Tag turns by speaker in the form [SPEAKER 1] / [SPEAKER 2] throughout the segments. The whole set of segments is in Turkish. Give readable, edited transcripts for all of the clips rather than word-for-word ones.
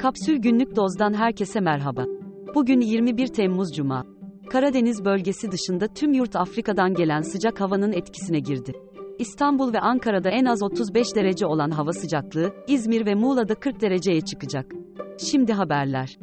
[SPEAKER 1] Kapsül Günlük Doz'dan herkese merhaba. Bugün 21 Temmuz Cuma. Karadeniz bölgesi dışında tüm yurt Afrika'dan gelen sıcak havanın etkisine girdi. İstanbul ve Ankara'da en az 35 derece olan hava sıcaklığı, İzmir ve Muğla'da 40 dereceye çıkacak. Şimdi haberler.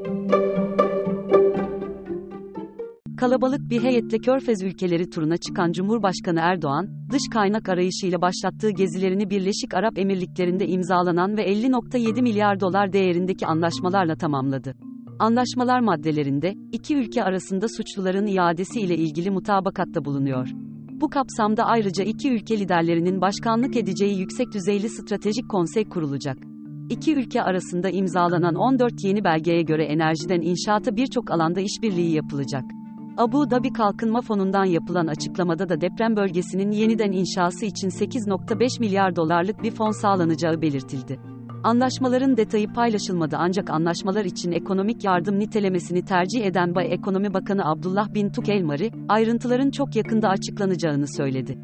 [SPEAKER 1] Kalabalık bir heyetle Körfez ülkeleri turuna çıkan Cumhurbaşkanı Erdoğan, dış kaynak arayışıyla başlattığı gezilerini Birleşik Arap Emirlikleri'nde imzalanan ve 50,7 milyar dolar değerindeki anlaşmalarla tamamladı. Anlaşmalar maddelerinde, iki ülke arasında suçluların iadesi ile ilgili mutabakatta bulunuyor. Bu kapsamda ayrıca iki ülke liderlerinin başkanlık edeceği yüksek düzeyli stratejik konsey kurulacak. İki ülke arasında imzalanan 14 yeni belgeye göre enerjiden inşaata birçok alanda işbirliği yapılacak. Abu Dhabi Kalkınma Fonu'ndan yapılan açıklamada da deprem bölgesinin yeniden inşası için 8,5 milyar dolarlık bir fon sağlanacağı belirtildi. Anlaşmaların detayı paylaşılmadı ancak anlaşmalar için ekonomik yardım nitelemesini tercih eden Ekonomi Bakanı Abdullah bin Tuk El-Mari, ayrıntıların çok yakında açıklanacağını söyledi.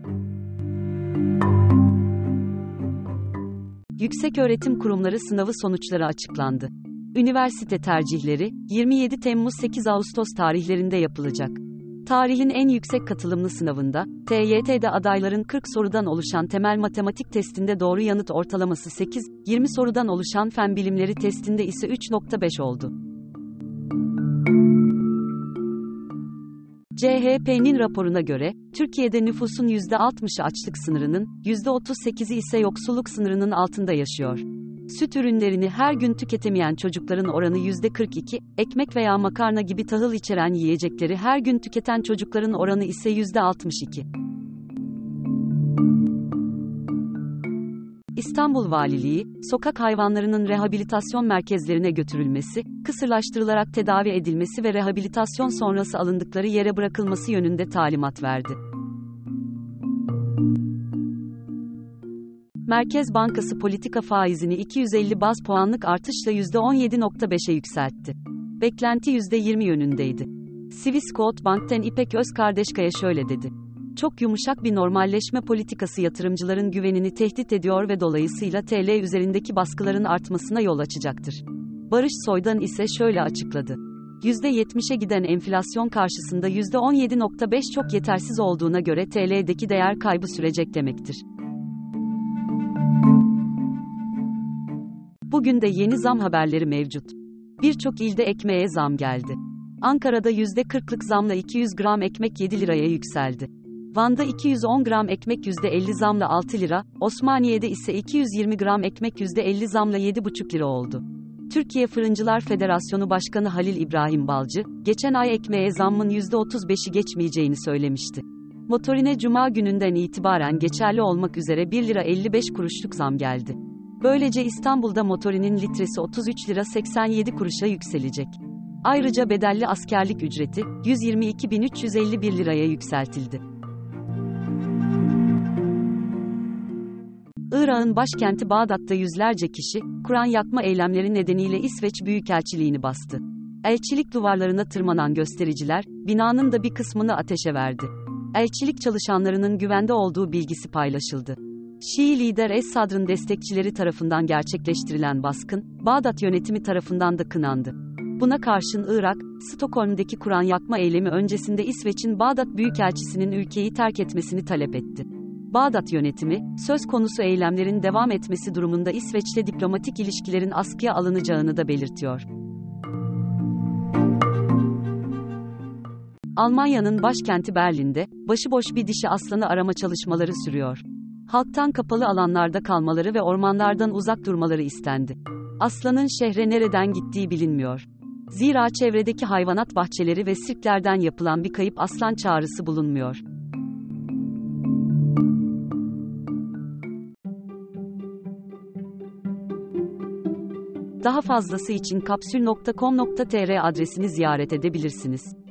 [SPEAKER 1] Yükseköğretim Kurumları sınavı sonuçları açıklandı. Üniversite tercihleri, 27 Temmuz-8 Ağustos tarihlerinde yapılacak. Tarihin en yüksek katılımlı sınavında, TYT'de adayların 40 sorudan oluşan temel matematik testinde doğru yanıt ortalaması 8, 20 sorudan oluşan fen bilimleri testinde ise 3,5 oldu. CHP'nin raporuna göre, Türkiye'de nüfusun %60'ı açlık sınırının, %38'i ise yoksulluk sınırının altında yaşıyor. Süt ürünlerini her gün tüketemeyen çocukların oranı %42, ekmek veya makarna gibi tahıl içeren yiyecekleri her gün tüketen çocukların oranı ise %62. İstanbul Valiliği, sokak hayvanlarının rehabilitasyon merkezlerine götürülmesi, kısırlaştırılarak tedavi edilmesi ve rehabilitasyon sonrası alındıkları yere bırakılması yönünde talimat verdi. Merkez Bankası politika faizini 250 baz puanlık artışla %17,5'e yükseltti. Beklenti %20 yönündeydi. Swissquote Bank'ten İpek Özkardeşkaya şöyle dedi. Çok yumuşak bir normalleşme politikası yatırımcıların güvenini tehdit ediyor ve dolayısıyla TL üzerindeki baskıların artmasına yol açacaktır. Barış Soydan ise şöyle açıkladı. %70'e giden enflasyon karşısında %17,5 çok yetersiz olduğuna göre TL'deki değer kaybı sürecek demektir. Bugün de yeni zam haberleri mevcut. Birçok ilde ekmeğe zam geldi. Ankara'da %40'lık zamla 200 gram ekmek 7 liraya yükseldi. Van'da 210 gram ekmek %50 zamla 6 lira, Osmaniye'de ise 220 gram ekmek %50 zamla 7,5 lira oldu. Türkiye Fırıncılar Federasyonu Başkanı Halil İbrahim Balcı, geçen ay ekmeğe zammın %35'i geçmeyeceğini söylemişti. Motorine Cuma gününden itibaren geçerli olmak üzere 1 lira 55 kuruşluk zam geldi. Böylece İstanbul'da motorinin litresi 33 lira 87 kuruşa yükselecek. Ayrıca bedelli askerlik ücreti, 122.351 liraya yükseltildi. Irak'ın başkenti Bağdat'ta yüzlerce kişi, Kur'an yakma eylemleri nedeniyle İsveç Büyükelçiliğini bastı. Elçilik duvarlarına tırmanan göstericiler, binanın da bir kısmını ateşe verdi. Elçilik çalışanlarının güvende olduğu bilgisi paylaşıldı. Şii lider Es-Sadr'ın destekçileri tarafından gerçekleştirilen baskın, Bağdat yönetimi tarafından da kınandı. Buna karşın Irak, Stockholm'deki Kur'an yakma eylemi öncesinde İsveç'in Bağdat Büyükelçisi'nin ülkeyi terk etmesini talep etti. Bağdat yönetimi, söz konusu eylemlerin devam etmesi durumunda İsveç'te diplomatik ilişkilerin askıya alınacağını da belirtiyor. Almanya'nın başkenti Berlin'de, başıboş bir dişi aslanı arama çalışmaları sürüyor. Halktan kapalı alanlarda kalmaları ve ormanlardan uzak durmaları istendi. Aslanın şehre nereden gittiği bilinmiyor. Zira çevredeki hayvanat bahçeleri ve sirklerden yapılan bir kayıp aslan çağrısı bulunmuyor. Daha fazlası için kapsül.com.tr adresini ziyaret edebilirsiniz.